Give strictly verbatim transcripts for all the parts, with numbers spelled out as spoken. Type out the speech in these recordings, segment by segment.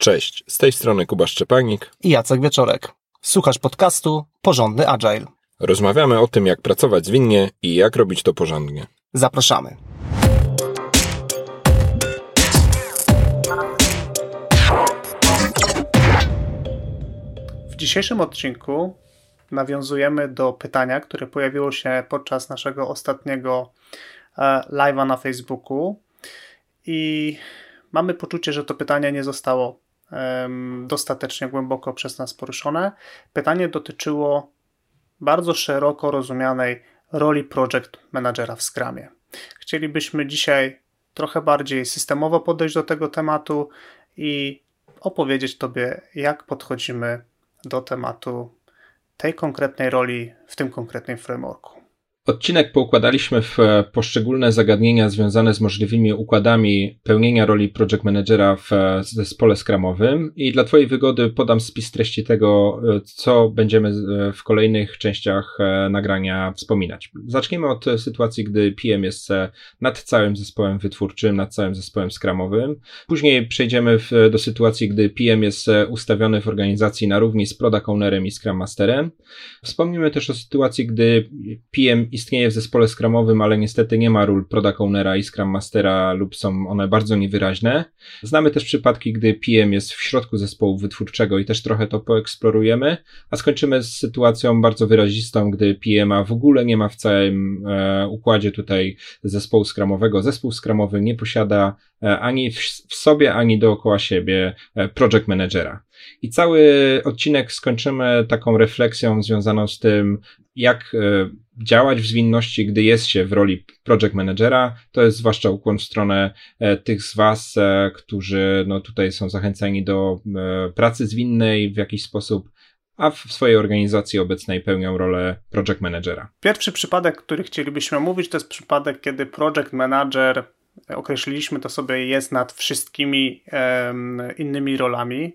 Cześć, z tej strony Kuba Szczepanik i Jacek Wieczorek. Słuchasz podcastu Porządny Agile. Rozmawiamy o tym, jak pracować zwinnie i jak robić to porządnie. Zapraszamy. W dzisiejszym odcinku nawiązujemy do pytania, które pojawiło się podczas naszego ostatniego live'a na Facebooku i mamy poczucie, że to pytanie nie zostało um, dostatecznie głęboko przez nas poruszone. Pytanie dotyczyło bardzo szeroko rozumianej roli project managera w Scrumie. Chcielibyśmy dzisiaj trochę bardziej systemowo podejść do tego tematu i opowiedzieć Tobie, jak podchodzimy do tematu tej konkretnej roli w tym konkretnym frameworku. Odcinek poukładaliśmy w poszczególne zagadnienia związane z możliwymi układami pełnienia roli project managera w zespole scrumowym i dla Twojej wygody podam spis treści tego, co będziemy w kolejnych częściach nagrania wspominać. Zaczniemy od sytuacji, gdy P M jest nad całym zespołem wytwórczym, nad całym zespołem scrumowym. Później przejdziemy w, do sytuacji, gdy P M jest ustawiony w organizacji na równi z product ownerem i scrum masterem. Wspomnimy też o sytuacji, gdy P M istnieje w zespole scrumowym, ale niestety nie ma ról product ownera i scrum mastera lub są one bardzo niewyraźne. Znamy też przypadki, gdy P M jest w środku zespołu wytwórczego i też trochę to poeksplorujemy, a skończymy z sytuacją bardzo wyrazistą, gdy P M a w ogóle nie ma w całym e, układzie tutaj zespołu scrumowego. Zespół scrumowy nie posiada e, ani w, w sobie, ani dookoła siebie e, project managera. I cały odcinek skończymy taką refleksją związaną z tym, jak e, działać w zwinności, gdy jest się w roli project managera. To jest zwłaszcza ukłon w stronę e, tych z Was, e, którzy no, tutaj są zachęcani do e, pracy zwinnej w jakiś sposób, a w swojej organizacji obecnej pełnią rolę project managera. Pierwszy przypadek, który chcielibyśmy omówić, to jest przypadek, kiedy project manager, określiliśmy to sobie, jest nad wszystkimi e, innymi rolami.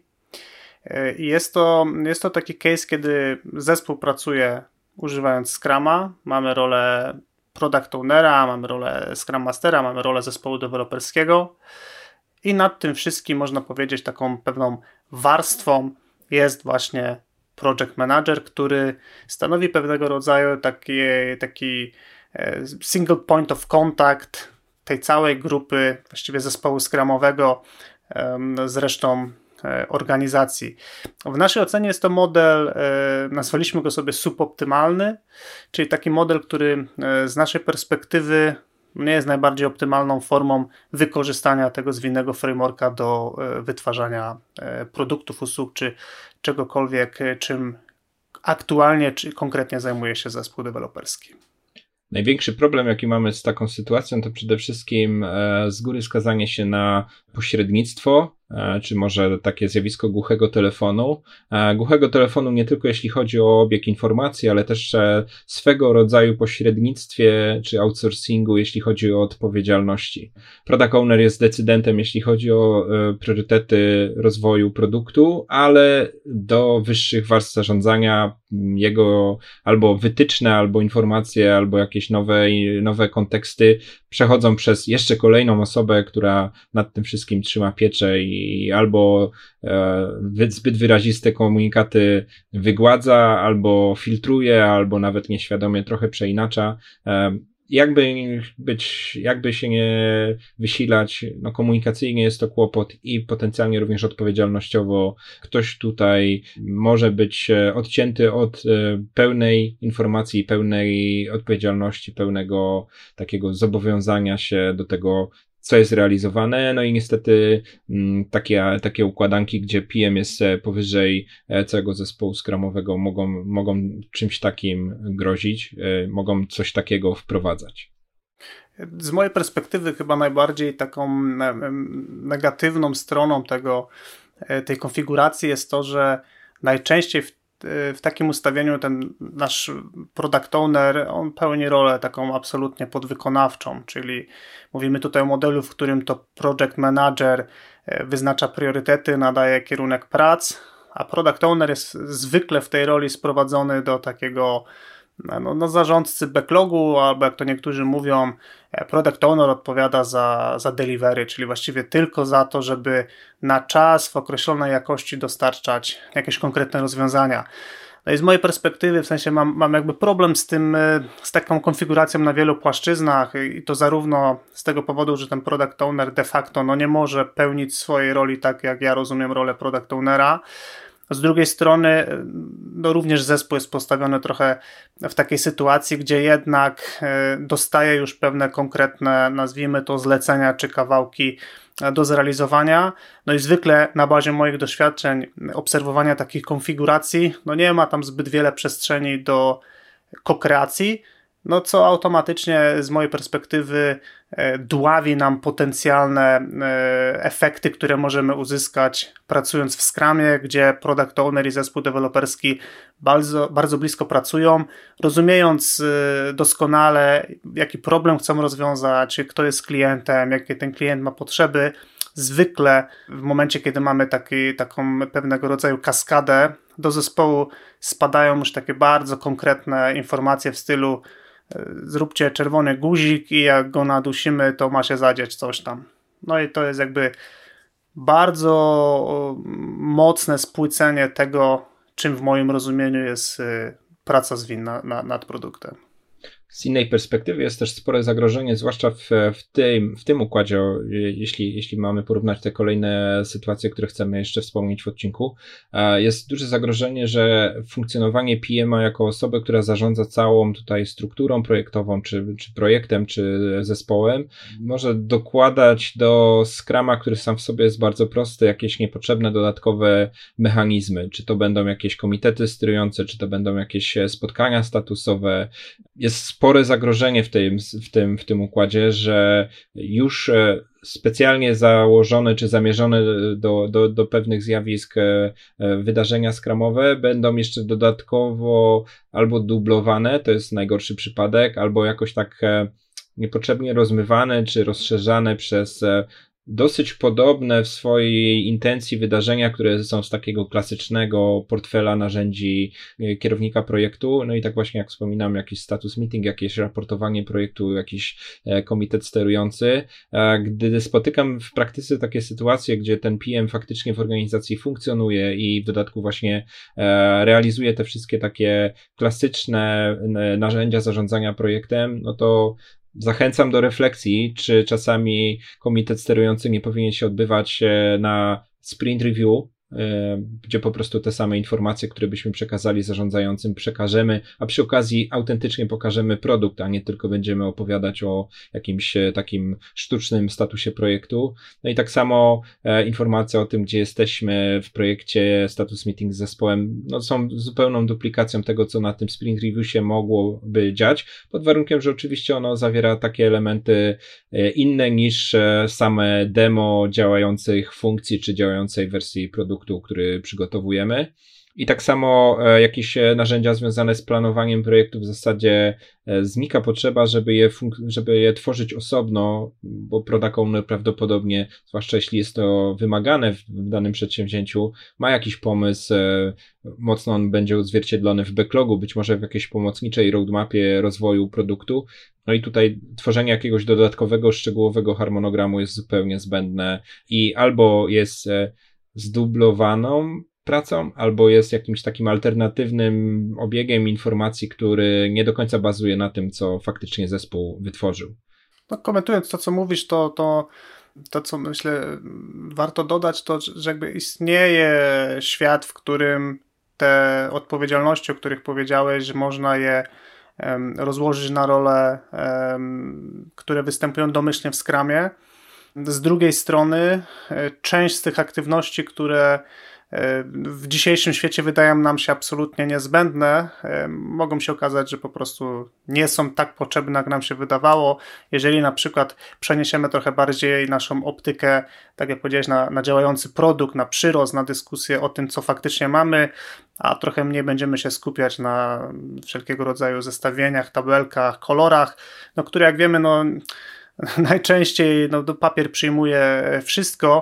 Jest to, jest to taki case, kiedy zespół pracuje używając Scruma, mamy rolę product ownera, mamy rolę Scrum Mastera, mamy rolę zespołu deweloperskiego i nad tym wszystkim, można powiedzieć, taką pewną warstwą jest właśnie project manager, który stanowi pewnego rodzaju taki, taki single point of contact tej całej grupy, właściwie zespołu scrumowego z resztą organizacji. W naszej ocenie jest to model, nazwaliśmy go sobie suboptymalny, czyli taki model, który z naszej perspektywy nie jest najbardziej optymalną formą wykorzystania tego zwinnego frameworka do wytwarzania produktów, usług czy czegokolwiek, czym aktualnie czy konkretnie zajmuje się zespół deweloperski. Największy problem, jaki mamy z taką sytuacją, to przede wszystkim z góry skazanie się na pośrednictwo, czy może takie zjawisko głuchego telefonu. Głuchego telefonu nie tylko jeśli chodzi o obieg informacji, ale też swego rodzaju pośrednictwie czy outsourcingu, jeśli chodzi o odpowiedzialności. Product owner jest decydentem, jeśli chodzi o priorytety rozwoju produktu, ale do wyższych warstw zarządzania jego albo wytyczne, albo informacje, albo jakieś nowe, nowe konteksty przechodzą przez jeszcze kolejną osobę, która nad tym wszystkim trzyma pieczę i albo e, zbyt wyraziste komunikaty wygładza, albo filtruje, albo nawet nieświadomie trochę przeinacza. E, jakby być, jakby się nie wysilać, no komunikacyjnie jest to kłopot i potencjalnie również odpowiedzialnościowo ktoś tutaj może być odcięty od pełnej informacji, pełnej odpowiedzialności, pełnego takiego zobowiązania się do tego, co jest realizowane, no i niestety m, takie, takie układanki, gdzie P M jest powyżej całego zespołu scrumowego mogą, mogą czymś takim grozić, y, mogą coś takiego wprowadzać. Z mojej perspektywy chyba najbardziej taką negatywną stroną tego, tej konfiguracji jest to, że najczęściej w w takim ustawieniu ten nasz product owner, on pełni rolę taką absolutnie podwykonawczą, czyli mówimy tutaj o modelu, w którym to project manager wyznacza priorytety, nadaje kierunek prac, a product owner jest zwykle w tej roli sprowadzony do takiego no, no zarządcy backlogu, albo jak to niektórzy mówią, product owner odpowiada za, za delivery, czyli właściwie tylko za to, żeby na czas w określonej jakości dostarczać jakieś konkretne rozwiązania. No i z mojej perspektywy, w sensie mam, mam jakby problem z tym, z taką konfiguracją na wielu płaszczyznach i to zarówno z tego powodu, że ten product owner de facto no nie może pełnić swojej roli tak, jak ja rozumiem rolę product ownera. Z drugiej strony no również zespół jest postawiony trochę w takiej sytuacji, gdzie jednak dostaje już pewne konkretne, nazwijmy to, zlecenia czy kawałki do zrealizowania. No i zwykle na bazie moich doświadczeń, obserwowania takich konfiguracji, no nie ma tam zbyt wiele przestrzeni do kokreacji, no co automatycznie z mojej perspektywy dławi nam potencjalne efekty, które możemy uzyskać pracując w Scrumie, gdzie product owner i zespół deweloperski bardzo, bardzo blisko pracują, rozumiejąc doskonale, jaki problem chcą rozwiązać, kto jest klientem, jakie ten klient ma potrzeby. Zwykle w momencie, kiedy mamy taki, taką pewnego rodzaju kaskadę, do zespołu spadają już takie bardzo konkretne informacje w stylu zróbcie czerwony guzik i jak go nadusimy, to ma się zadziać coś tam. No i to jest jakby bardzo mocne spłycenie tego, czym w moim rozumieniu jest praca zwinna nad produktem. Z innej perspektywy jest też spore zagrożenie, zwłaszcza w, w, tym, w tym układzie, jeśli, jeśli mamy porównać te kolejne sytuacje, które chcemy jeszcze wspomnieć w odcinku. Jest duże zagrożenie, że funkcjonowanie P M a jako osoby, która zarządza całą tutaj strukturą projektową, czy, czy projektem, czy zespołem, może dokładać do Scruma, który sam w sobie jest bardzo prosty, jakieś niepotrzebne dodatkowe mechanizmy. Czy to będą jakieś komitety sterujące, czy to będą jakieś spotkania statusowe. Jest spore zagrożenie w tym, w tym, w tym układzie, że już specjalnie założone czy zamierzone do, do, do pewnych zjawisk wydarzenia scrumowe będą jeszcze dodatkowo albo dublowane, to jest najgorszy przypadek, albo jakoś tak niepotrzebnie rozmywane czy rozszerzane przez dosyć podobne w swojej intencji wydarzenia, które są z takiego klasycznego portfela narzędzi kierownika projektu. No i tak właśnie jak wspominam, jakiś status meeting, jakieś raportowanie projektu, jakiś komitet sterujący. Gdy spotykam w praktyce takie sytuacje, gdzie ten P M faktycznie w organizacji funkcjonuje i w dodatku właśnie realizuje te wszystkie takie klasyczne narzędzia zarządzania projektem, no to zachęcam do refleksji, czy czasami komitet sterujący nie powinien się odbywać na sprint review, gdzie po prostu te same informacje, które byśmy przekazali zarządzającym, przekażemy, a przy okazji autentycznie pokażemy produkt, a nie tylko będziemy opowiadać o jakimś takim sztucznym statusie projektu. No i tak samo e, informacja o tym, gdzie jesteśmy w projekcie, status meeting z zespołem, no są zupełną duplikacją tego, co na tym sprint review się mogłoby dziać, pod warunkiem, że oczywiście ono zawiera takie elementy e, inne niż e, same demo działających funkcji, czy działającej wersji produktu, który przygotowujemy. I tak samo e, jakieś narzędzia związane z planowaniem projektu w zasadzie e, znika potrzeba, żeby je, funk- żeby je tworzyć osobno, bo product owner prawdopodobnie, zwłaszcza jeśli jest to wymagane w, w danym przedsięwzięciu, ma jakiś pomysł, e, mocno on będzie odzwierciedlony w backlogu, być może w jakiejś pomocniczej roadmapie rozwoju produktu. No i tutaj tworzenie jakiegoś dodatkowego, szczegółowego harmonogramu jest zupełnie zbędne i albo jest e, zdublowaną pracą, albo jest jakimś takim alternatywnym obiegiem informacji, który nie do końca bazuje na tym, co faktycznie zespół wytworzył. No, komentując to, co mówisz, to, to, to co myślę warto dodać, to że jakby istnieje świat, w którym te odpowiedzialności, o których powiedziałeś, że można je um, rozłożyć na role, um, które występują domyślnie w Scrumie. Z drugiej strony część z tych aktywności, które w dzisiejszym świecie wydają nam się absolutnie niezbędne, mogą się okazać, że po prostu nie są tak potrzebne, jak nam się wydawało. Jeżeli na przykład przeniesiemy trochę bardziej naszą optykę, tak jak powiedziałeś, na, na działający produkt, na przyrost, na dyskusję o tym, co faktycznie mamy, a trochę mniej będziemy się skupiać na wszelkiego rodzaju zestawieniach, tabelkach, kolorach, no, które jak wiemy, no najczęściej no, papier przyjmuje wszystko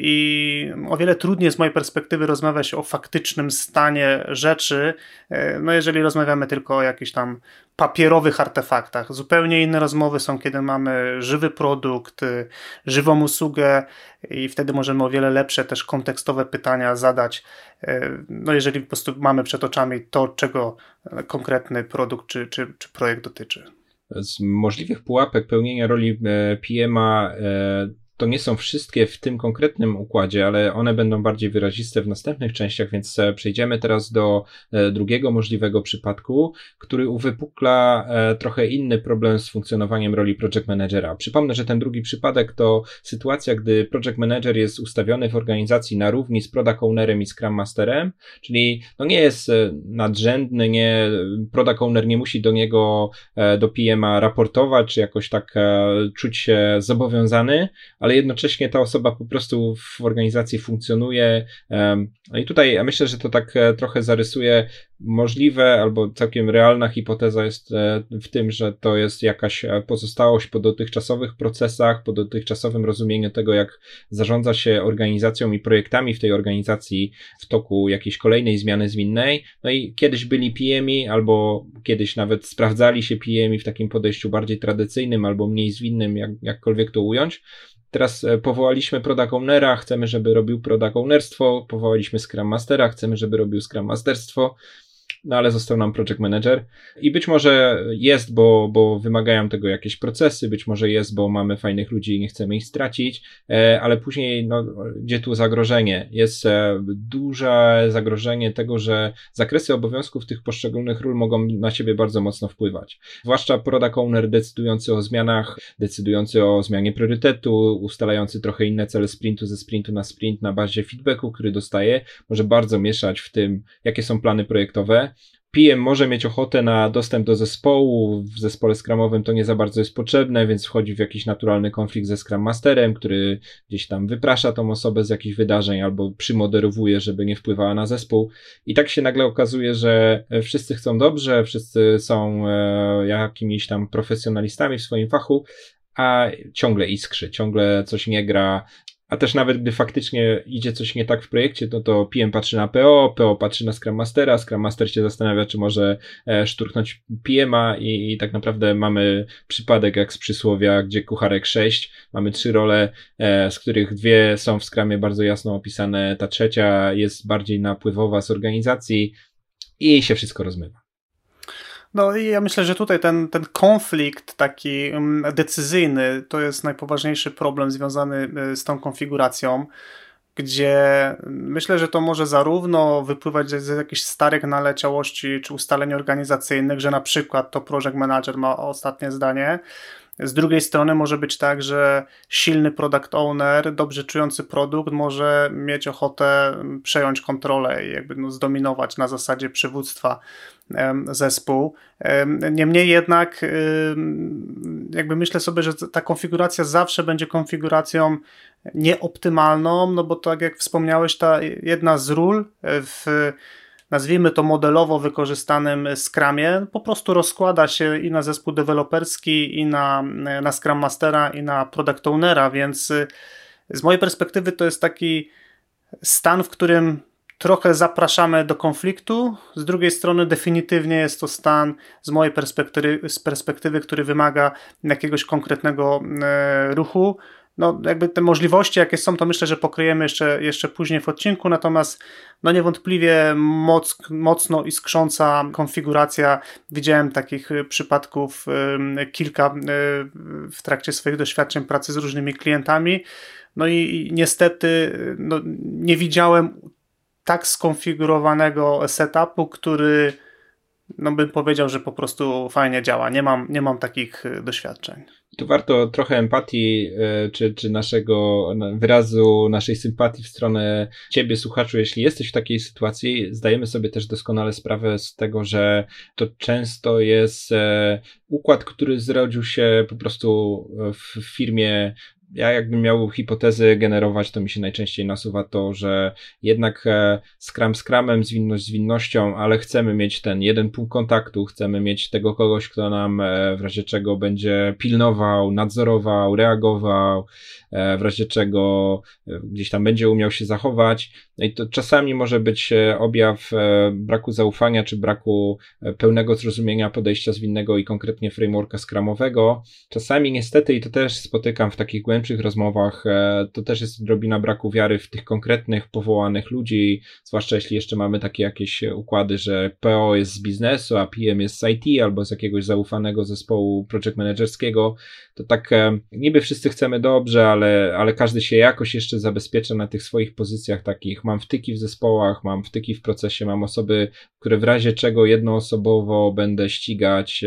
i o wiele trudniej z mojej perspektywy rozmawiać o faktycznym stanie rzeczy, no jeżeli rozmawiamy tylko o jakichś tam papierowych artefaktach. Zupełnie inne rozmowy są, kiedy mamy żywy produkt, żywą usługę i wtedy możemy o wiele lepsze też kontekstowe pytania zadać, no jeżeli po prostu mamy przed oczami to, czego konkretny produkt czy, czy, czy projekt dotyczy. Z możliwych pułapek pełnienia roli P M a to nie są wszystkie w tym konkretnym układzie, ale one będą bardziej wyraziste w następnych częściach, więc przejdziemy teraz do drugiego możliwego przypadku, który uwypukla trochę inny problem z funkcjonowaniem roli project managera. Przypomnę, że ten drugi przypadek to sytuacja, gdy project manager jest ustawiony w organizacji na równi z product ownerem i scrum masterem, czyli no nie jest nadrzędny, nie, product owner nie musi do niego, do P M a raportować, czy jakoś tak czuć się zobowiązany, ale jednocześnie ta osoba po prostu w organizacji funkcjonuje. No i tutaj myślę, że to tak trochę zarysuje możliwe albo całkiem realna hipoteza jest w tym, że to jest jakaś pozostałość po dotychczasowych procesach, po dotychczasowym rozumieniu tego, jak zarządza się organizacją i projektami w tej organizacji w toku jakiejś kolejnej zmiany zwinnej. No i kiedyś byli P M i albo kiedyś nawet sprawdzali się P M i w takim podejściu bardziej tradycyjnym albo mniej zwinnym, jak, jakkolwiek to ująć. Teraz powołaliśmy product ownera, chcemy, żeby robił product ownerstwo, powołaliśmy Scrum Mastera, chcemy, żeby robił Scrum Masterstwo, no ale został nam project manager i być może jest, bo, bo wymagają tego jakieś procesy, być może jest, bo mamy fajnych ludzi i nie chcemy ich stracić, ale później, no, gdzie tu zagrożenie? Jest duże zagrożenie tego, że zakresy obowiązków tych poszczególnych ról mogą na siebie bardzo mocno wpływać. Zwłaszcza product owner decydujący o zmianach, decydujący o zmianie priorytetu, ustalający trochę inne cele sprintu ze sprintu na sprint na bazie feedbacku, który dostaje, może bardzo mieszać w tym, jakie są plany projektowe. P M może mieć ochotę na dostęp do zespołu, w zespole scrumowym to nie za bardzo jest potrzebne, więc wchodzi w jakiś naturalny konflikt ze Scrum Masterem, który gdzieś tam wyprasza tą osobę z jakichś wydarzeń albo przymoderowuje, żeby nie wpływała na zespół. I tak się nagle okazuje, że wszyscy chcą dobrze, wszyscy są e, jakimiś tam profesjonalistami w swoim fachu, a ciągle iskrzy, ciągle coś nie gra. A też nawet gdy faktycznie idzie coś nie tak w projekcie, to to P M patrzy na P O, P O patrzy na Scrum Mastera, Scrum Master się zastanawia, czy może e, szturchnąć P M a i, i tak naprawdę mamy przypadek jak z przysłowia, gdzie kucharek sześć, mamy trzy role, e, z których dwie są w Scrumie bardzo jasno opisane, ta trzecia jest bardziej napływowa z organizacji i się wszystko rozmywa. No i ja myślę, że tutaj ten, ten konflikt taki decyzyjny to jest najpoważniejszy problem związany z tą konfiguracją, gdzie myślę, że to może zarówno wypływać z jakichś starych naleciałości czy ustaleń organizacyjnych, że na przykład to project manager ma ostatnie zdanie. Z drugiej strony może być tak, że silny product owner, dobrze czujący produkt może mieć ochotę przejąć kontrolę i jakby no zdominować na zasadzie przywództwa zespół. Niemniej jednak jakby myślę sobie, że ta konfiguracja zawsze będzie konfiguracją nieoptymalną, no bo tak jak wspomniałeś, ta jedna z ról w nazwijmy to modelowo wykorzystanym Scrumie, po prostu rozkłada się i na zespół deweloperski, i na, na Scrum Mastera, i na Product Ownera, więc z mojej perspektywy to jest taki stan, w którym trochę zapraszamy do konfliktu, z drugiej strony definitywnie jest to stan z mojej perspektywy, z perspektywy, który wymaga jakiegoś konkretnego e, ruchu. No jakby te możliwości, jakie są, to myślę, że pokryjemy jeszcze, jeszcze później w odcinku, natomiast no niewątpliwie moc, mocno iskrząca konfiguracja. Widziałem takich przypadków y, kilka y, w trakcie swoich doświadczeń pracy z różnymi klientami, no i, i niestety no, nie widziałem tak skonfigurowanego setupu, który no bym powiedział, że po prostu fajnie działa. Nie mam, nie mam takich doświadczeń. Tu warto trochę empatii, czy, czy naszego wyrazu naszej sympatii w stronę ciebie, słuchaczu, jeśli jesteś w takiej sytuacji. Zdajemy sobie też doskonale sprawę z tego, że to często jest układ, który zrodził się po prostu w firmie ja jakbym miał hipotezy generować, to mi się najczęściej nasuwa to, że jednak Scrum Scrumem, zwinność zwinnością, ale chcemy mieć ten jeden punkt kontaktu, chcemy mieć tego kogoś, kto nam w razie czego będzie pilnował, nadzorował, reagował, w razie czego gdzieś tam będzie umiał się zachować. No i to czasami może być objaw braku zaufania, czy braku pełnego zrozumienia podejścia zwinnego i konkretnie frameworka scrumowego. Czasami niestety, i to też spotykam w takich głębszych rozmowach, to też jest odrobina braku wiary w tych konkretnych powołanych ludzi, zwłaszcza jeśli jeszcze mamy takie jakieś układy, że P O jest z biznesu, a P M jest z I T albo z jakiegoś zaufanego zespołu project managerskiego, to tak niby wszyscy chcemy dobrze, ale, ale każdy się jakoś jeszcze zabezpiecza na tych swoich pozycjach takich. Mam wtyki w zespołach, mam wtyki w procesie, mam osoby, które w razie czego jednoosobowo będę ścigać.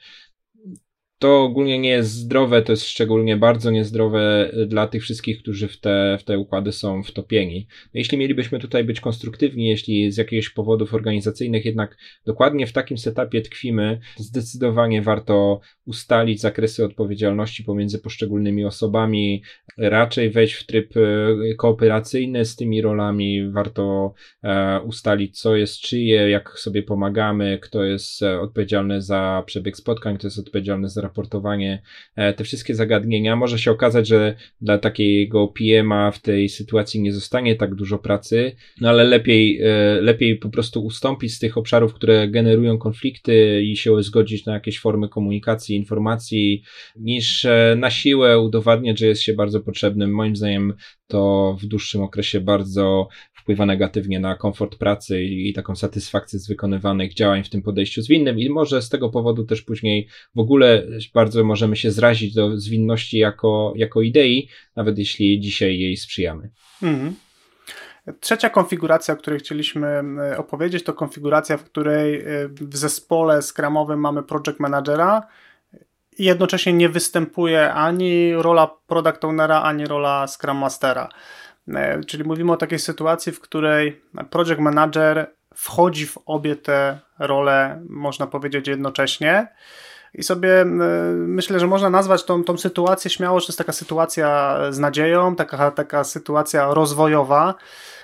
To ogólnie nie jest zdrowe, to jest szczególnie bardzo niezdrowe dla tych wszystkich, którzy w te, w te układy są wtopieni. No jeśli mielibyśmy tutaj być konstruktywni, jeśli z jakichś powodów organizacyjnych jednak dokładnie w takim setupie tkwimy, to zdecydowanie warto ustalić zakresy odpowiedzialności pomiędzy poszczególnymi osobami, raczej wejść w tryb kooperacyjny z tymi rolami, warto ustalić, co jest czyje, jak sobie pomagamy, kto jest odpowiedzialny za przebieg spotkań, kto jest odpowiedzialny za raportowanie, te wszystkie zagadnienia. Może się okazać, że dla takiego P M a w tej sytuacji nie zostanie tak dużo pracy, no ale lepiej, lepiej po prostu ustąpić z tych obszarów, które generują konflikty i się zgodzić na jakieś formy komunikacji, informacji, niż na siłę udowadniać, że jest się bardzo potrzebnym. Moim zdaniem to w dłuższym okresie bardzo wpływa negatywnie na komfort pracy i taką satysfakcję z wykonywanych działań w tym podejściu zwinnym i może z tego powodu też później w ogóle bardzo możemy się zrazić do zwinności jako, jako idei, nawet jeśli dzisiaj jej sprzyjamy. Mhm. Trzecia konfiguracja, o której chcieliśmy opowiedzieć, to konfiguracja, w której w zespole scrumowym mamy project managera i jednocześnie nie występuje ani rola product ownera, ani rola scrum mastera. Czyli mówimy o takiej sytuacji, w której project manager wchodzi w obie te role, można powiedzieć, jednocześnie. I sobie myślę, że można nazwać tą, tą sytuację śmiało, że to jest taka sytuacja z nadzieją, taka, taka sytuacja rozwojowa.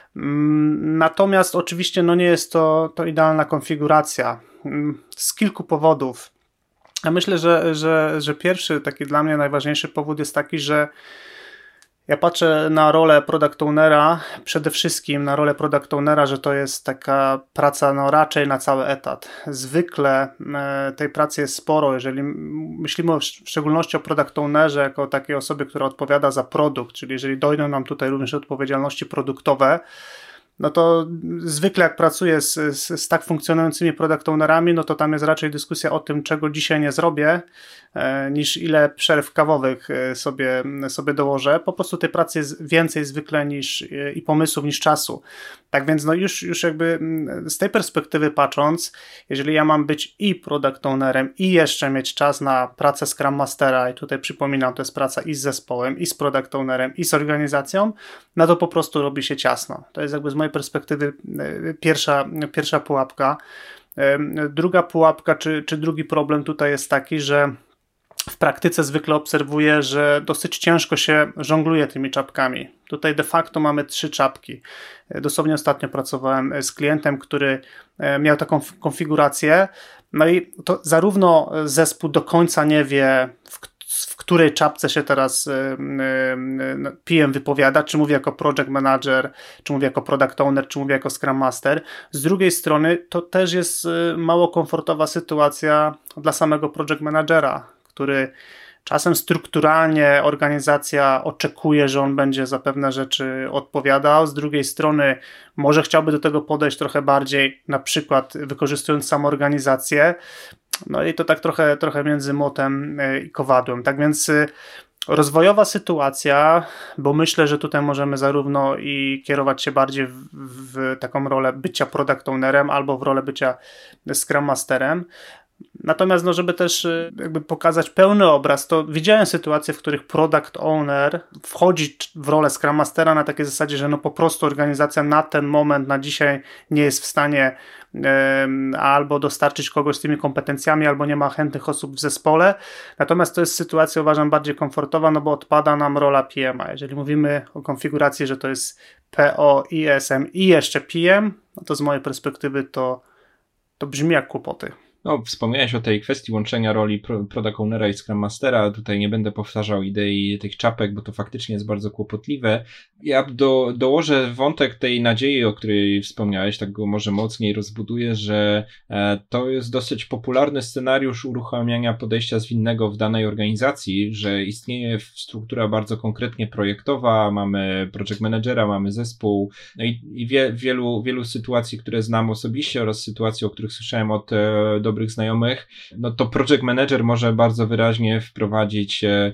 Natomiast oczywiście no nie jest to, to idealna konfiguracja z kilku powodów. Ja myślę, że, że, że pierwszy, taki dla mnie najważniejszy powód jest taki, że ja patrzę na rolę product ownera, przede wszystkim na rolę product ownera, że to jest taka praca no raczej na cały etat. Zwykle tej pracy jest sporo, jeżeli myślimy w szczególności o product ownerze jako takiej osobie, która odpowiada za produkt, czyli jeżeli dojdą nam tutaj również odpowiedzialności produktowe, no to zwykle jak pracuję z, z, z tak funkcjonującymi product ownerami, no to tam jest raczej dyskusja o tym, czego dzisiaj nie zrobię, e, niż ile przerw kawowych sobie, sobie dołożę. Po prostu tej pracy jest więcej zwykle niż e, i pomysłów niż czasu. Tak więc no już, już jakby z tej perspektywy patrząc, jeżeli ja mam być i product ownerem i jeszcze mieć czas na pracę Scrum Mastera, i tutaj przypominam, to jest praca i z zespołem, i z product ownerem, i z organizacją, no to po prostu robi się ciasno. To jest jakby z mojej perspektywy pierwsza, pierwsza pułapka. Druga pułapka, czy, czy drugi problem tutaj jest taki, że w praktyce zwykle obserwuję, że dosyć ciężko się żongluje tymi czapkami. Tutaj de facto mamy trzy czapki. Dosłownie ostatnio pracowałem z klientem, który miał taką konfigurację, no i to zarówno zespół do końca nie wie, w w której czapce się teraz P M wypowiada, czy mówi jako project manager, czy mówi jako product owner, czy mówi jako scrum master. Z drugiej strony to też jest mało komfortowa sytuacja dla samego project managera, który czasem strukturalnie organizacja oczekuje, że on będzie za pewne rzeczy odpowiadał. Z drugiej strony może chciałby do tego podejść trochę bardziej, na przykład wykorzystując samoorganizację. No i to tak trochę, trochę między młotem i kowadłem. Tak więc rozwojowa sytuacja, bo myślę, że tutaj możemy zarówno i kierować się bardziej w, w taką rolę bycia product ownerem albo w rolę bycia scrum masterem. Natomiast no, żeby też jakby pokazać pełny obraz, to widziałem sytuacje, w których product owner wchodzi w rolę Scrum Mastera na takiej zasadzie, że no po prostu organizacja na ten moment, na dzisiaj nie jest w stanie um, albo dostarczyć kogoś z tymi kompetencjami, albo nie ma chętnych osób w zespole. Natomiast to jest sytuacja, uważam, bardziej komfortowa, no bo odpada nam rola P M a. Jeżeli mówimy o konfiguracji, że to jest P O, I S M i jeszcze P M, no to z mojej perspektywy to, to brzmi jak kłopoty. No, wspomniałeś o tej kwestii łączenia roli Product Ownera i Scrum Mastera. Tutaj nie będę powtarzał idei tych czapek, bo to faktycznie jest bardzo kłopotliwe. Ja do, dołożę wątek tej nadziei, o której wspomniałeś, tak go może mocniej rozbuduję, że e, to jest dosyć popularny scenariusz uruchamiania podejścia zwinnego w danej organizacji, że istnieje struktura bardzo konkretnie projektowa, mamy project managera, mamy zespół, no i, i wie, wielu, wielu sytuacji, które znam osobiście oraz sytuacji, o których słyszałem od e, dobrych znajomych, no to project manager może bardzo wyraźnie wprowadzić e,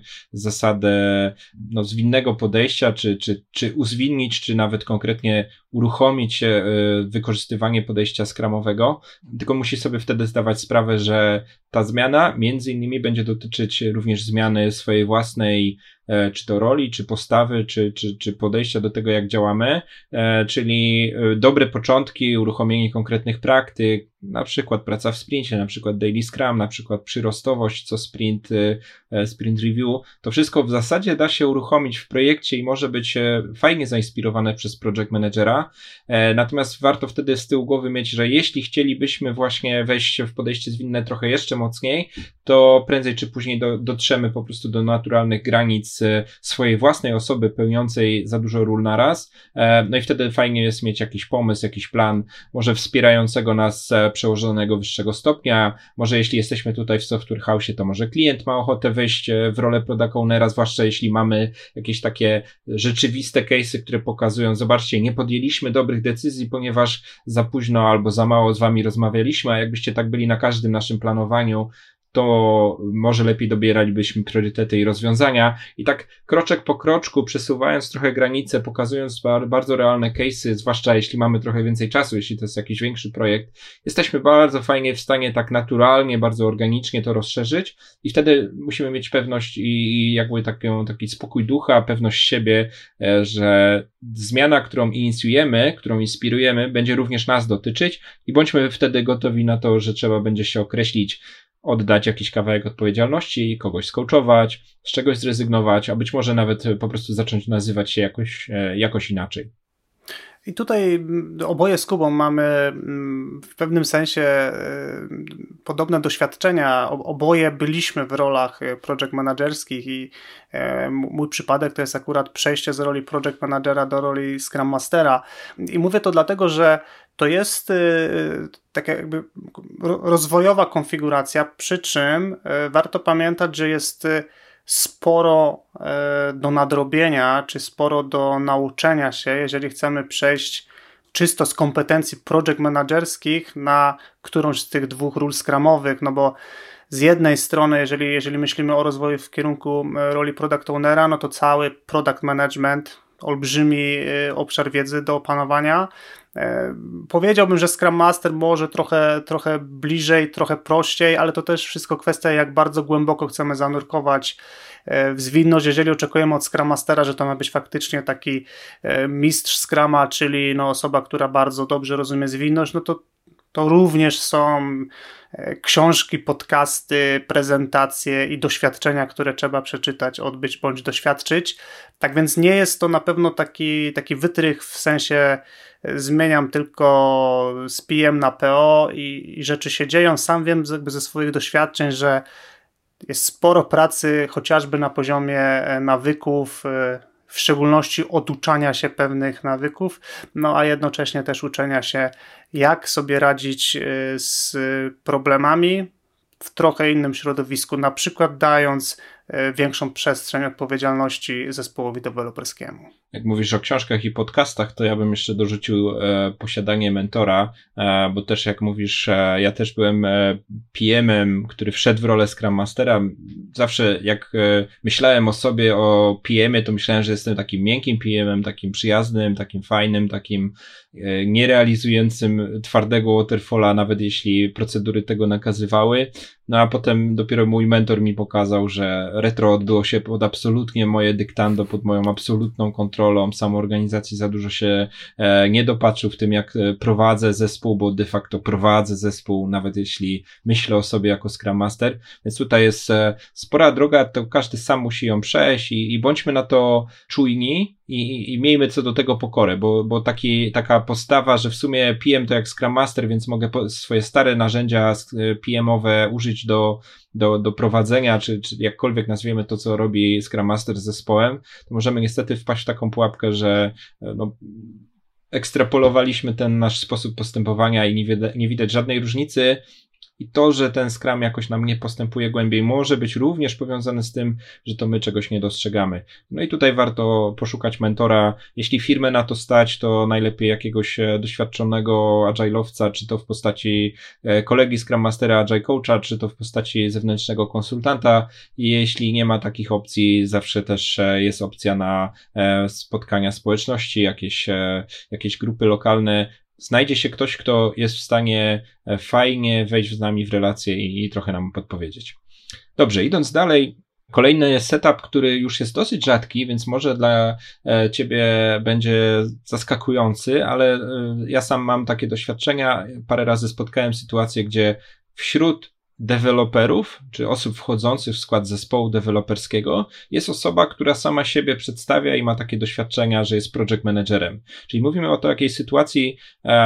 zasadę no, zwinnego podejścia, czy, czy, czy uzwinnić, czy nawet konkretnie uruchomić e, wykorzystywanie podejścia scrumowego, tylko musi sobie wtedy zdawać sprawę, że ta zmiana między innymi będzie dotyczyć również zmiany swojej własnej e, czy to roli, czy postawy, czy, czy, czy podejścia do tego, jak działamy, e, czyli e, dobre początki, uruchomienie konkretnych praktyk, na przykład praca w sprincie, na przykład daily scrum, na przykład przyrostowość, co sprint, e, sprint review, to wszystko w zasadzie da się uruchomić w projekcie i może być e, fajnie zainspirowane przez project managera, e, natomiast warto wtedy z tyłu głowy mieć, że jeśli chcielibyśmy właśnie wejść w podejście zwinne trochę jeszcze mocniej, to prędzej czy później do, dotrzemy po prostu do naturalnych granic swojej własnej osoby pełniącej za dużo ról naraz. No i wtedy fajnie jest mieć jakiś pomysł, jakiś plan, może wspierającego nas przełożonego wyższego stopnia, może jeśli jesteśmy tutaj w Software House, to może klient ma ochotę wejść w rolę product ownera, zwłaszcza jeśli mamy jakieś takie rzeczywiste case'y, które pokazują, zobaczcie, nie podjęliśmy dobrych decyzji, ponieważ za późno albo za mało z wami rozmawialiśmy, a jakbyście tak byli na każdym naszym planowaniu, to może lepiej dobieralibyśmy priorytety i rozwiązania. I tak kroczek po kroczku, przesuwając trochę granice, pokazując bardzo realne case'y, zwłaszcza jeśli mamy trochę więcej czasu, jeśli to jest jakiś większy projekt, jesteśmy bardzo fajnie w stanie tak naturalnie, bardzo organicznie to rozszerzyć i wtedy musimy mieć pewność i jakby taką, taki spokój ducha, pewność siebie, że zmiana, którą inicjujemy, którą inspirujemy, będzie również nas dotyczyć i bądźmy wtedy gotowi na to, że trzeba będzie się określić, oddać jakiś kawałek odpowiedzialności, kogoś skołczować, z czegoś zrezygnować, a być może nawet po prostu zacząć nazywać się jakoś, jakoś inaczej. I tutaj oboje z Kubą mamy w pewnym sensie podobne doświadczenia. Oboje byliśmy w rolach project managerskich i mój przypadek to jest akurat przejście z roli project managera do roli Scrum Mastera. I mówię to dlatego, że to jest taka jakby rozwojowa konfiguracja, przy czym warto pamiętać, że jest sporo do nadrobienia, czy sporo do nauczenia się, jeżeli chcemy przejść czysto z kompetencji project managerskich na którąś z tych dwóch ról scrumowych, no bo z jednej strony, jeżeli, jeżeli myślimy o rozwoju w kierunku roli product ownera, no to cały product management, olbrzymi obszar wiedzy do opanowania. Powiedziałbym, że Scrum Master może trochę, trochę bliżej, trochę prościej, ale to też wszystko kwestia, jak bardzo głęboko chcemy zanurkować w zwinność. Jeżeli oczekujemy od Scrum Mastera, że to ma być faktycznie taki mistrz Scruma, czyli no osoba, która bardzo dobrze rozumie zwinność, no to to również są książki, podcasty, prezentacje i doświadczenia, które trzeba przeczytać, odbyć bądź doświadczyć. Tak więc nie jest to na pewno taki, taki wytrych w sensie zmieniam tylko z P M na P O i, i rzeczy się dzieją. Sam wiem jakby ze swoich doświadczeń, że jest sporo pracy chociażby na poziomie nawyków, w szczególności oduczania się pewnych nawyków, no a jednocześnie też uczenia się, jak sobie radzić z problemami w trochę innym środowisku, na przykład dając większą przestrzeń odpowiedzialności zespołowi deweloperskiemu. jak mówisz o książkach i podcastach, to ja bym jeszcze dorzucił e, posiadanie mentora, e, bo też jak mówisz, e, ja też byłem e, P M-em, który wszedł w rolę Scrum Mastera. Zawsze jak e, myślałem o sobie, o P M-ie, to myślałem, że jestem takim miękkim P M-em, takim przyjaznym, takim fajnym, takim e, nierealizującym twardego waterfalla, nawet jeśli procedury tego nakazywały. No a potem dopiero mój mentor mi pokazał, że retro odbyło się pod absolutnie moje dyktando, pod moją absolutną kontrolą samoorganizacji. Za dużo się e, nie dopatrzył w tym, jak prowadzę zespół, bo de facto prowadzę zespół, nawet jeśli myślę o sobie jako Scrum Master. Więc tutaj jest e, spora droga, to każdy sam musi ją przejść i, i bądźmy na to czujni i, i miejmy co do tego pokorę, bo, bo taki, taka postawa, że w sumie P M to jak Scrum Master, więc mogę po, swoje stare narzędzia P M-owe użyć do, do, do prowadzenia, czy, czy jakkolwiek nazwiemy to, co robi Scrum Master z zespołem, to możemy niestety wpaść w taką pułapkę, że no, ekstrapolowaliśmy ten nasz sposób postępowania i nie, wie, nie widać żadnej różnicy. I to, że ten Scrum jakoś nam nie postępuje głębiej, może być również powiązane z tym, że to my czegoś nie dostrzegamy. No i tutaj warto poszukać mentora. Jeśli firmę na to stać, to najlepiej jakiegoś doświadczonego agile'owca, czy to w postaci kolegi Scrum Mastera, Agile Coacha, czy to w postaci zewnętrznego konsultanta. I jeśli nie ma takich opcji, zawsze też jest opcja na spotkania społeczności, jakieś, jakieś grupy lokalne. Znajdzie się ktoś, kto jest w stanie fajnie wejść z nami w relację i, i trochę nam podpowiedzieć. Dobrze, idąc dalej, kolejny setup, który już jest dosyć rzadki, więc może dla ciebie będzie zaskakujący, ale ja sam mam takie doświadczenia. Parę razy spotkałem sytuację, gdzie wśród deweloperów, czy osób wchodzących w skład zespołu deweloperskiego jest osoba, która sama siebie przedstawia i ma takie doświadczenia, że jest project managerem. Czyli mówimy o takiej sytuacji,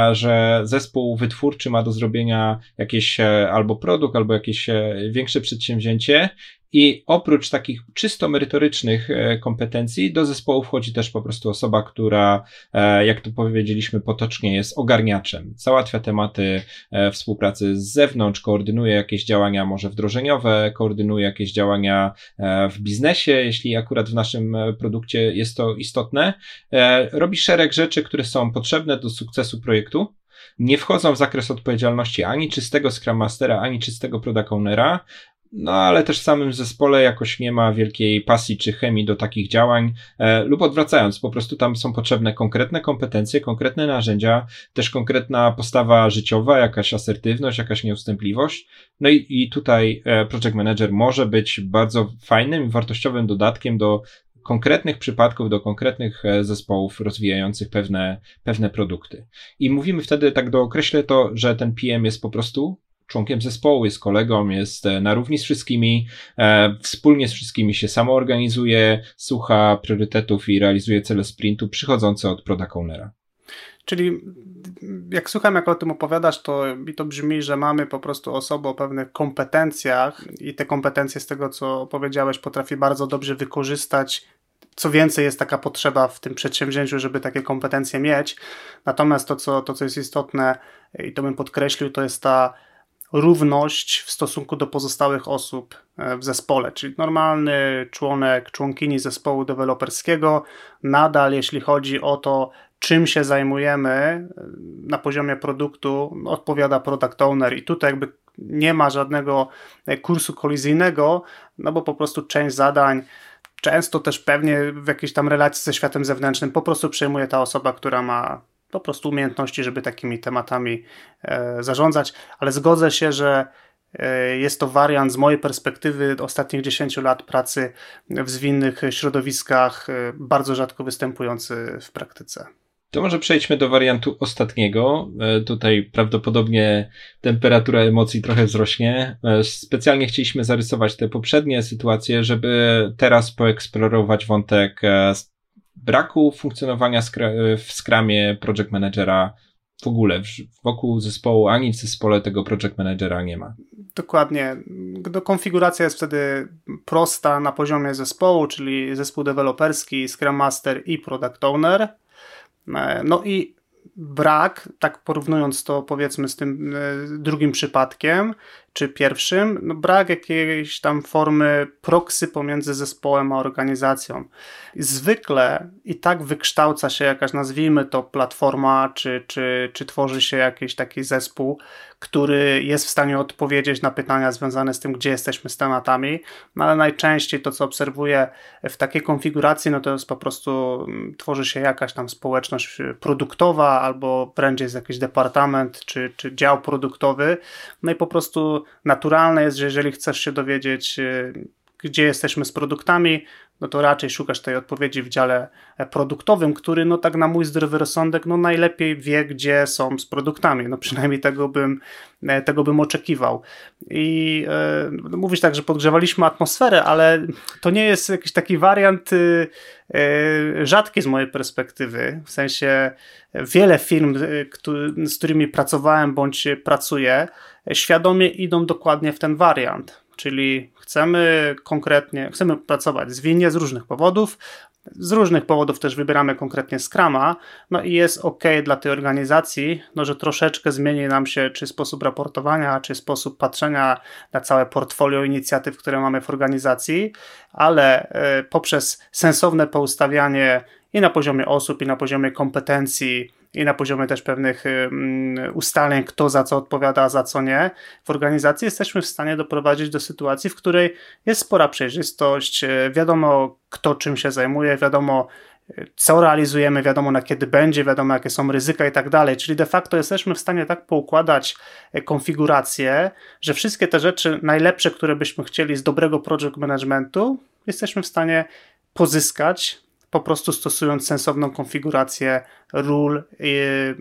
że zespół wytwórczy ma do zrobienia jakieś albo produkt, albo jakieś większe przedsięwzięcie i oprócz takich czysto merytorycznych kompetencji do zespołu wchodzi też po prostu osoba, która, jak to powiedzieliśmy potocznie, jest ogarniaczem. Załatwia tematy współpracy z zewnątrz, koordynuje jakieś działania może wdrożeniowe, koordynuje jakieś działania w biznesie, jeśli akurat w naszym produkcie jest to istotne. Robi szereg rzeczy, które są potrzebne do sukcesu projektu. Nie wchodzą w zakres odpowiedzialności ani czystego Scrum Mastera, ani czystego Product Ownera. No ale też w samym zespole jakoś nie ma wielkiej pasji czy chemii do takich działań, e, lub odwracając, po prostu tam są potrzebne konkretne kompetencje, konkretne narzędzia, też konkretna postawa życiowa, jakaś asertywność, jakaś nieustępliwość. No i, i tutaj e, Project Manager może być bardzo fajnym i wartościowym dodatkiem do konkretnych przypadków, do konkretnych zespołów rozwijających pewne, pewne produkty. I mówimy wtedy, tak dookreślę to, że ten P M jest po prostu członkiem zespołu, jest kolegą, jest na równi z wszystkimi, e, wspólnie z wszystkimi się samoorganizuje, słucha priorytetów i realizuje cele sprintu przychodzące od product ownera. Czyli jak słucham, jak o tym opowiadasz, to mi to brzmi, że mamy po prostu osobę o pewnych kompetencjach i te kompetencje z tego, co powiedziałeś, potrafi bardzo dobrze wykorzystać. Co więcej, jest taka potrzeba w tym przedsięwzięciu, żeby takie kompetencje mieć. Natomiast to, co, to, co jest istotne i to bym podkreślił, to jest ta równość w stosunku do pozostałych osób w zespole, czyli normalny członek, członkini zespołu deweloperskiego nadal, jeśli chodzi o to, czym się zajmujemy na poziomie produktu, odpowiada product owner i tutaj jakby nie ma żadnego kursu kolizyjnego, no bo po prostu część zadań, często też pewnie w jakiejś tam relacji ze światem zewnętrznym po prostu przejmuje ta osoba, która ma po prostu umiejętności, żeby takimi tematami e, zarządzać, ale zgodzę się, że e, jest to wariant z mojej perspektywy ostatnich dziesięciu lat pracy w zwinnych środowiskach e, bardzo rzadko występujący w praktyce. To może przejdźmy do wariantu ostatniego. E, tutaj prawdopodobnie temperatura emocji trochę wzrośnie. E, specjalnie chcieliśmy zarysować te poprzednie sytuacje, żeby teraz poeksplorować wątek e, braku funkcjonowania w Scrumie Project Managera w ogóle. Wokół zespołu ani w zespole tego Project Managera nie ma. Dokładnie. Konfiguracja jest wtedy prosta na poziomie zespołu, czyli zespół deweloperski, Scrum Master i Product Owner. No i brak, tak porównując to powiedzmy z tym drugim przypadkiem, czy pierwszym, no brak jakiejś tam formy proxy pomiędzy zespołem a organizacją. Zwykle i tak wykształca się jakaś, nazwijmy to platforma, czy, czy, czy tworzy się jakiś taki zespół, który jest w stanie odpowiedzieć na pytania związane z tym, gdzie jesteśmy z tematami, no ale najczęściej to, co obserwuję w takiej konfiguracji, no to jest po prostu, tworzy się jakaś tam społeczność produktowa, albo wręcz jest jakiś departament, czy, czy dział produktowy, no i po prostu naturalne jest, że jeżeli chcesz się dowiedzieć, gdzie jesteśmy z produktami, no to raczej szukasz tej odpowiedzi w dziale produktowym, który no tak na mój zdrowy rozsądek no najlepiej wie, gdzie są z produktami. No przynajmniej tego bym, tego bym oczekiwał. I e, mówisz tak, że podgrzewaliśmy atmosferę, ale to nie jest jakiś taki wariant e, rzadki z mojej perspektywy. W sensie wiele firm, który, z którymi pracowałem bądź pracuję, świadomie idą dokładnie w ten wariant. Czyli chcemy konkretnie, chcemy pracować zwinnie z różnych powodów, z różnych powodów też wybieramy konkretnie Scruma, no i jest ok dla tej organizacji, no że troszeczkę zmieni nam się czy sposób raportowania, czy sposób patrzenia na całe portfolio inicjatyw, które mamy w organizacji, ale y, poprzez sensowne poustawianie i na poziomie osób, i na poziomie kompetencji, i na poziomie też pewnych ustaleń, kto za co odpowiada, a za co nie, w organizacji jesteśmy w stanie doprowadzić do sytuacji, w której jest spora przejrzystość, wiadomo kto czym się zajmuje, wiadomo co realizujemy, wiadomo na kiedy będzie, wiadomo jakie są ryzyka i tak dalej, czyli de facto jesteśmy w stanie tak poukładać konfigurację, że wszystkie te rzeczy najlepsze, które byśmy chcieli z dobrego project managementu, jesteśmy w stanie pozyskać, po prostu stosując sensowną konfigurację ról i,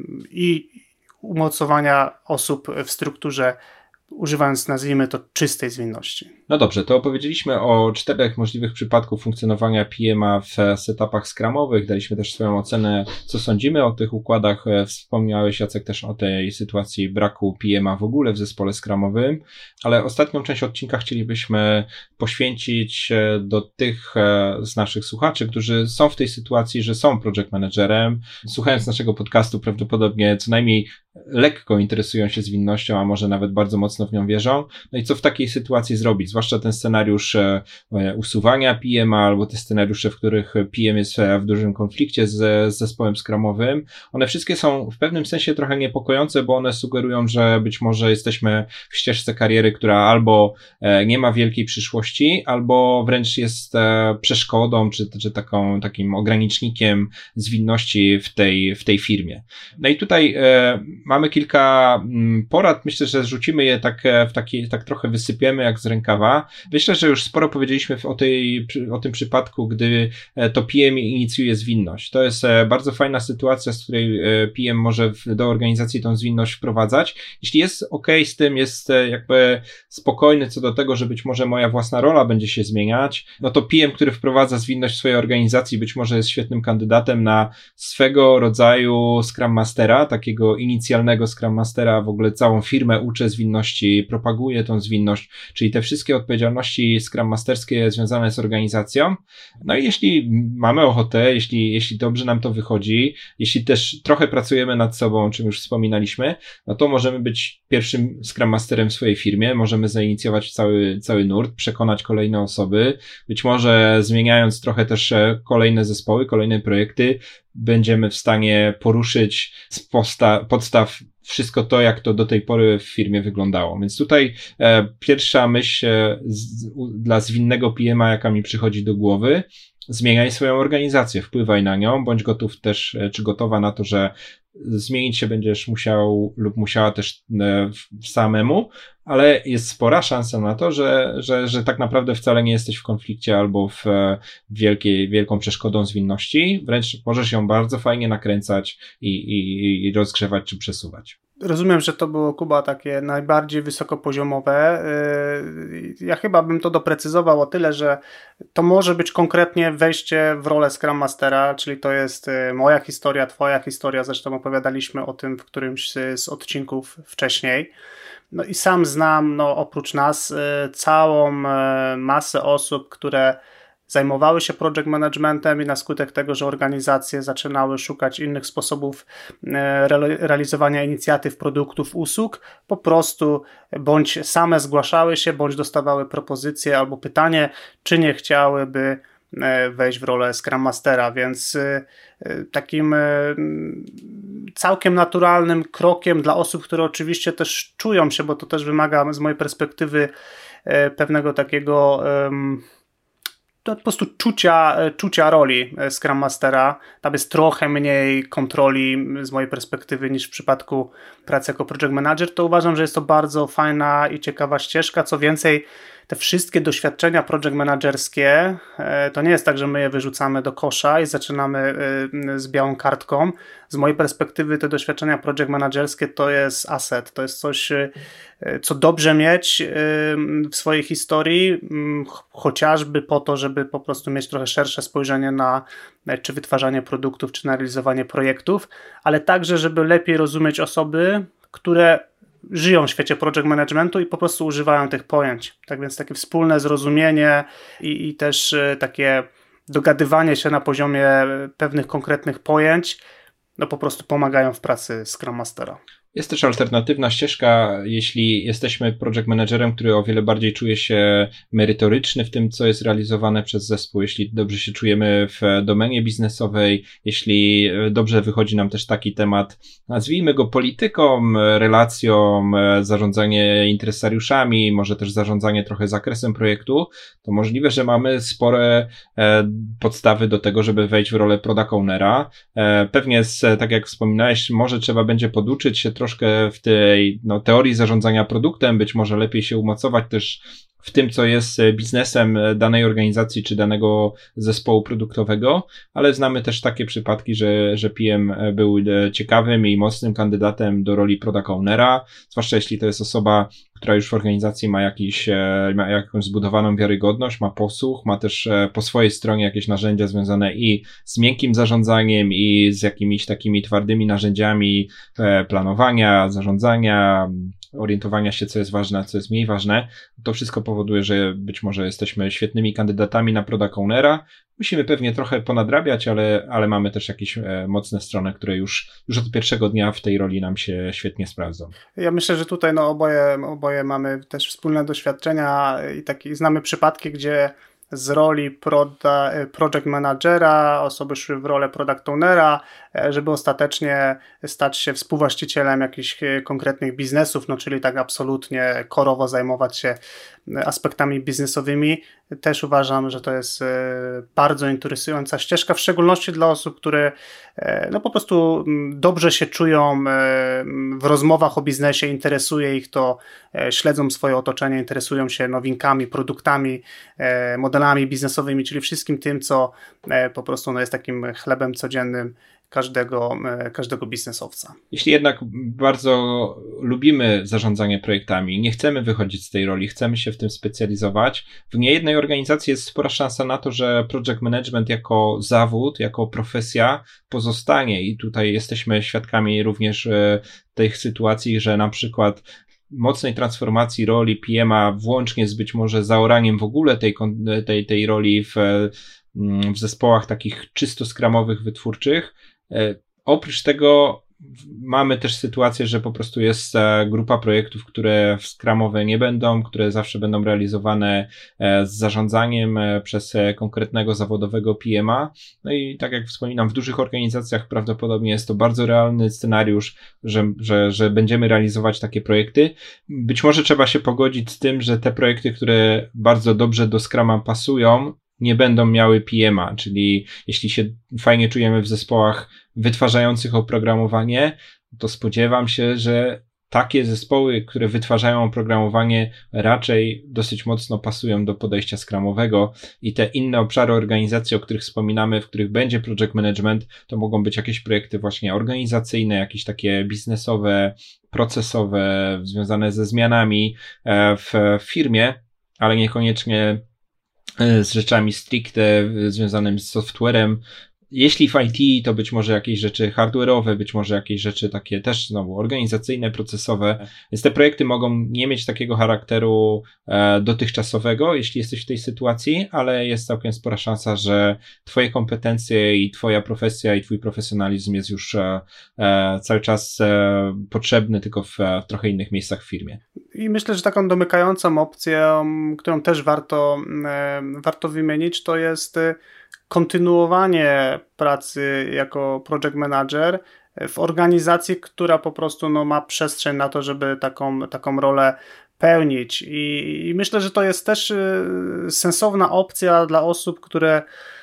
i umocowania osób w strukturze, używając, nazwijmy to, czystej zwinności. No dobrze, to opowiedzieliśmy o czterech możliwych przypadków funkcjonowania P M a w setupach scrumowych, daliśmy też swoją ocenę, co sądzimy o tych układach. Wspomniałeś, Jacek, też o tej sytuacji braku P M a w ogóle w zespole scrumowym, ale ostatnią część odcinka chcielibyśmy poświęcić do tych z naszych słuchaczy, którzy są w tej sytuacji, że są project managerem. Słuchając naszego podcastu prawdopodobnie co najmniej lekko interesują się zwinnością, a może nawet bardzo mocno w nią wierzą. No i co w takiej sytuacji zrobić? Zwłaszcza ten scenariusz e, usuwania P M a albo te scenariusze, w których P M jest w dużym konflikcie z, z zespołem scrumowym. One wszystkie są w pewnym sensie trochę niepokojące, bo one sugerują, że być może jesteśmy w ścieżce kariery, która albo e, nie ma wielkiej przyszłości, albo wręcz jest e, przeszkodą, czy, czy taką, takim ogranicznikiem zwinności w tej, w tej firmie. No i tutaj e, mamy kilka m, porad. Myślę, że rzucimy je tak w taki, tak trochę wysypiemy jak z rękawa. Myślę, że już sporo powiedzieliśmy o tej, o tym przypadku, gdy to P M inicjuje zwinność. To jest bardzo fajna sytuacja, z której P M może do organizacji tą zwinność wprowadzać. Jeśli jest ok z tym, jest jakby spokojny co do tego, że być może moja własna rola będzie się zmieniać, no to P M, który wprowadza zwinność w swojej organizacji, być może jest świetnym kandydatem na swego rodzaju Scrum Mastera, takiego inicjalnego Scrum Mastera, w ogóle całą firmę uczę zwinności, propaguję tą zwinność, czyli te wszystkie odpowiedzialności Scrum Masterskie związane z organizacją. No i jeśli mamy ochotę, jeśli, jeśli dobrze nam to wychodzi, jeśli też trochę pracujemy nad sobą, o czym już wspominaliśmy, no to możemy być pierwszym Scrum Masterem w swojej firmie, możemy zainicjować cały, cały nurt, przekonać kolejne osoby, być może zmieniając trochę też kolejne zespoły, kolejne projekty, będziemy w stanie poruszyć z posta- podstaw wszystko to, jak to do tej pory w firmie wyglądało. Więc tutaj e, pierwsza myśl e, z, u, dla zwinnego P M a, jaka mi przychodzi do głowy, zmieniaj swoją organizację, wpływaj na nią, bądź gotów też, e, czy gotowa na to, że zmienić się będziesz musiał lub musiała też e, samemu, ale jest spora szansa na to, że, że, że tak naprawdę wcale nie jesteś w konflikcie albo w e, wielkiej, wielką przeszkodą zwinności, wręcz możesz ją bardzo fajnie nakręcać i, i, i rozgrzewać czy przesuwać. Rozumiem, że to było, Kuba, takie najbardziej wysokopoziomowe. Ja chyba bym to doprecyzował o tyle, że to może być konkretnie wejście w rolę Scrum Mastera, czyli to jest moja historia, twoja historia, zresztą opowiadaliśmy o tym w którymś z odcinków wcześniej. No i sam znam, no oprócz nas, całą masę osób, które zajmowały się project managementem i na skutek tego, że organizacje zaczynały szukać innych sposobów realizowania inicjatyw, produktów, usług, po prostu bądź same zgłaszały się, bądź dostawały propozycje albo pytanie, czy nie chciałyby wejść w rolę Scrum Mastera, więc takim całkiem naturalnym krokiem dla osób, które oczywiście też czują się, bo to też wymaga z mojej perspektywy pewnego takiego to po prostu czucia, czucia roli Scrum Mastera. Tam jest trochę mniej kontroli z mojej perspektywy niż w przypadku pracy jako project manager, to uważam, że jest to bardzo fajna i ciekawa ścieżka. Co więcej, te wszystkie doświadczenia project managerskie, to nie jest tak, że my je wyrzucamy do kosza i zaczynamy z białą kartką. Z mojej perspektywy te doświadczenia project managerskie to jest asset, to jest coś, co dobrze mieć w swojej historii, chociażby po to, żeby po prostu mieć trochę szersze spojrzenie na czy wytwarzanie produktów, czy na realizowanie projektów, ale także, żeby lepiej rozumieć osoby, które żyją w świecie project managementu i po prostu używają tych pojęć. Tak więc takie wspólne zrozumienie i, i też takie dogadywanie się na poziomie pewnych konkretnych pojęć, no po prostu pomagają w pracy Scrum Mastera. Jest też alternatywna ścieżka, jeśli jesteśmy project managerem, który o wiele bardziej czuje się merytoryczny w tym, co jest realizowane przez zespół, jeśli dobrze się czujemy w domenie biznesowej, jeśli dobrze wychodzi nam też taki temat, nazwijmy go polityką, relacją, zarządzanie interesariuszami, może też zarządzanie trochę zakresem projektu, to możliwe, że mamy spore podstawy do tego, żeby wejść w rolę product ownera. Pewnie, z, tak jak wspominałeś, może trzeba będzie poduczyć się troszkę w tej no, teorii zarządzania produktem, być może lepiej się umocować też w tym, co jest biznesem danej organizacji czy danego zespołu produktowego, ale znamy też takie przypadki, że, że P M był ciekawym i mocnym kandydatem do roli product ownera, zwłaszcza jeśli to jest osoba, która już w organizacji ma, jakiś, ma jakąś zbudowaną wiarygodność, ma posłuch, ma też po swojej stronie jakieś narzędzia związane i z miękkim zarządzaniem i z jakimiś takimi twardymi narzędziami planowania, zarządzania, orientowania się, co jest ważne, a co jest mniej ważne. To wszystko powoduje, że być może jesteśmy świetnymi kandydatami na product ownera. Musimy pewnie trochę ponadrabiać, ale, ale mamy też jakieś mocne strony, które już, już od pierwszego dnia w tej roli nam się świetnie sprawdzą. Ja myślę, że tutaj no oboje, oboje mamy też wspólne doświadczenia i taki, znamy przypadki, gdzie z roli proda, project managera osoby szły w rolę product ownera, żeby ostatecznie stać się współwłaścicielem jakichś konkretnych biznesów, no czyli tak absolutnie korowo zajmować się aspektami biznesowymi. Też uważam, że to jest bardzo interesująca ścieżka, w szczególności dla osób, które no po prostu dobrze się czują w rozmowach o biznesie, interesuje ich to, śledzą swoje otoczenie, interesują się nowinkami, produktami, modelami biznesowymi, czyli wszystkim tym, co po prostu no jest takim chlebem codziennym każdego, każdego biznesowca. Jeśli jednak bardzo lubimy zarządzanie projektami, nie chcemy wychodzić z tej roli, chcemy się w tym specjalizować, w niejednej organizacji jest spora szansa na to, że project management jako zawód, jako profesja pozostanie i tutaj jesteśmy świadkami również tych sytuacji, że na przykład mocnej transformacji roli P M a włącznie z być może zaoraniem w ogóle tej, tej, tej roli w, w zespołach takich czysto skramowych, wytwórczych. Oprócz tego mamy też sytuację, że po prostu jest grupa projektów, które skramowe nie będą, które zawsze będą realizowane z zarządzaniem przez konkretnego zawodowego P M a. No i tak jak wspominam, w dużych organizacjach prawdopodobnie jest to bardzo realny scenariusz, że, że, że będziemy realizować takie projekty. Być może trzeba się pogodzić z tym, że te projekty, które bardzo dobrze do Scruma pasują, nie będą miały P M a, czyli jeśli się fajnie czujemy w zespołach wytwarzających oprogramowanie, to spodziewam się, że takie zespoły, które wytwarzają oprogramowanie, raczej dosyć mocno pasują do podejścia scrumowego i te inne obszary organizacji, o których wspominamy, w których będzie project management, to mogą być jakieś projekty właśnie organizacyjne, jakieś takie biznesowe, procesowe, związane ze zmianami w firmie, ale niekoniecznie z rzeczami stricte związanymi z softwarem. Jeśli w I T, to być może jakieś rzeczy hardware'owe, być może jakieś rzeczy takie też znowu organizacyjne, procesowe, więc te projekty mogą nie mieć takiego charakteru e, dotychczasowego, jeśli jesteś w tej sytuacji, ale jest całkiem spora szansa, że twoje kompetencje i twoja profesja i twój profesjonalizm jest już e, e, cały czas e, potrzebny, tylko w, w trochę innych miejscach w firmie. I myślę, że taką domykającą opcją, którą też warto, e, warto wymienić, to jest kontynuowanie pracy jako project manager w organizacji, która po prostu no, ma przestrzeń na to, żeby taką, taką rolę pełnić. I, I myślę, że to jest też sensowna opcja dla osób, które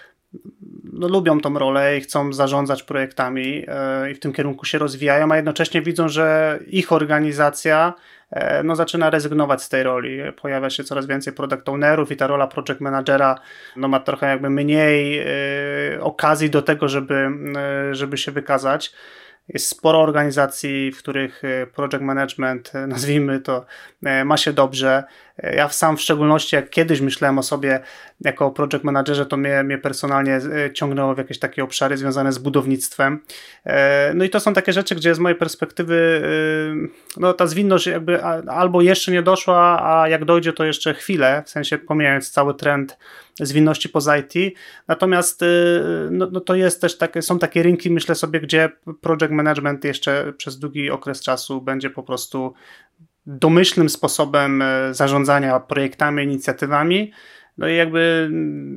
no, lubią tą rolę i chcą zarządzać projektami yy, i w tym kierunku się rozwijają, a jednocześnie widzą, że ich organizacja yy, no, zaczyna rezygnować z tej roli. Pojawia się coraz więcej product ownerów i ta rola project managera no, ma trochę jakby mniej yy, okazji do tego, żeby, yy, żeby się wykazać. Jest sporo organizacji, w których project management, nazwijmy to, ma się dobrze. Ja sam w szczególności, jak kiedyś myślałem o sobie jako project managerze, to mnie, mnie personalnie ciągnęło w jakieś takie obszary związane z budownictwem. No i to są takie rzeczy, gdzie z mojej perspektywy no, ta zwinność jakby albo jeszcze nie doszła, a jak dojdzie, to jeszcze chwilę, w sensie pomijając cały trend zwinności poza I T. Natomiast no, no to jest też takie, są takie rynki, myślę sobie, gdzie project management jeszcze przez długi okres czasu będzie po prostu domyślnym sposobem zarządzania projektami, inicjatywami. No i jakby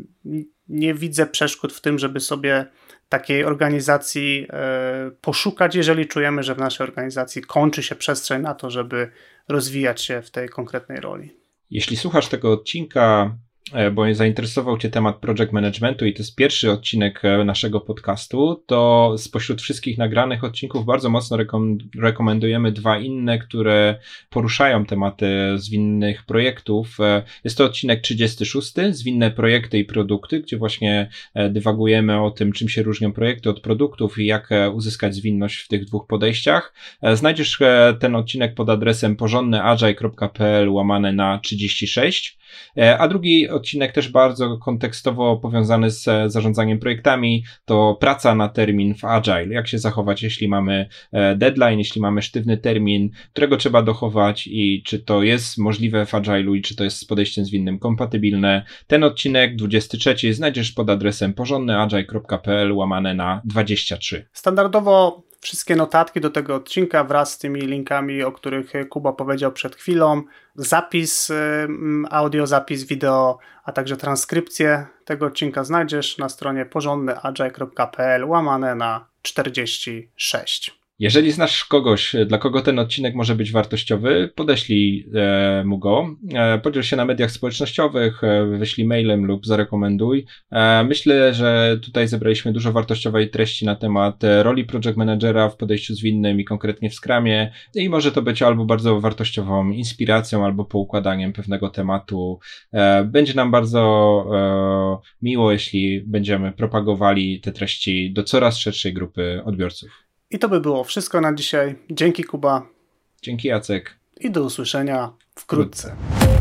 nie widzę przeszkód w tym, żeby sobie takiej organizacji poszukać, jeżeli czujemy, że w naszej organizacji kończy się przestrzeń na to, żeby rozwijać się w tej konkretnej roli. Jeśli słuchasz tego odcinka, bo zainteresował Cię temat project managementu i to jest pierwszy odcinek naszego podcastu, to spośród wszystkich nagranych odcinków bardzo mocno rekom- rekomendujemy dwa inne, które poruszają tematy zwinnych projektów. Jest to odcinek trzydziesty szósty, zwinne projekty i produkty, gdzie właśnie dywagujemy o tym, czym się różnią projekty od produktów i jak uzyskać zwinność w tych dwóch podejściach. Znajdziesz ten odcinek pod adresem porządnyagile.pl łamane na trzydzieści sześć, a drugi odcinek też bardzo kontekstowo powiązany z zarządzaniem projektami, to praca na termin w Agile. Jak się zachować, jeśli mamy deadline, jeśli mamy sztywny termin, którego trzeba dochować i czy to jest możliwe w Agile'u i czy to jest z podejściem zwinnym kompatybilne. Ten odcinek, dwudziesty trzeci, znajdziesz pod adresem porządnyagile.pl łamane na dwadzieścia trzy. Standardowo wszystkie notatki do tego odcinka wraz z tymi linkami, o których Kuba powiedział przed chwilą, zapis audio, zapis wideo, a także transkrypcję tego odcinka znajdziesz na stronie porządnyagile.pl łamane na czterdzieści sześć. Jeżeli znasz kogoś, dla kogo ten odcinek może być wartościowy, podeślij e, mu go, e, podziel się na mediach społecznościowych, e, wyślij mailem lub zarekomenduj. E, myślę, że tutaj zebraliśmy dużo wartościowej treści na temat roli project managera w podejściu zwinnym i konkretnie w Scrumie i może to być albo bardzo wartościową inspiracją, albo poukładaniem pewnego tematu. E, będzie nam bardzo e, miło, jeśli będziemy propagowali te treści do coraz szerszej grupy odbiorców. I to by było wszystko na dzisiaj. Dzięki, Kuba. Dzięki, Jacek. I do usłyszenia wkrótce.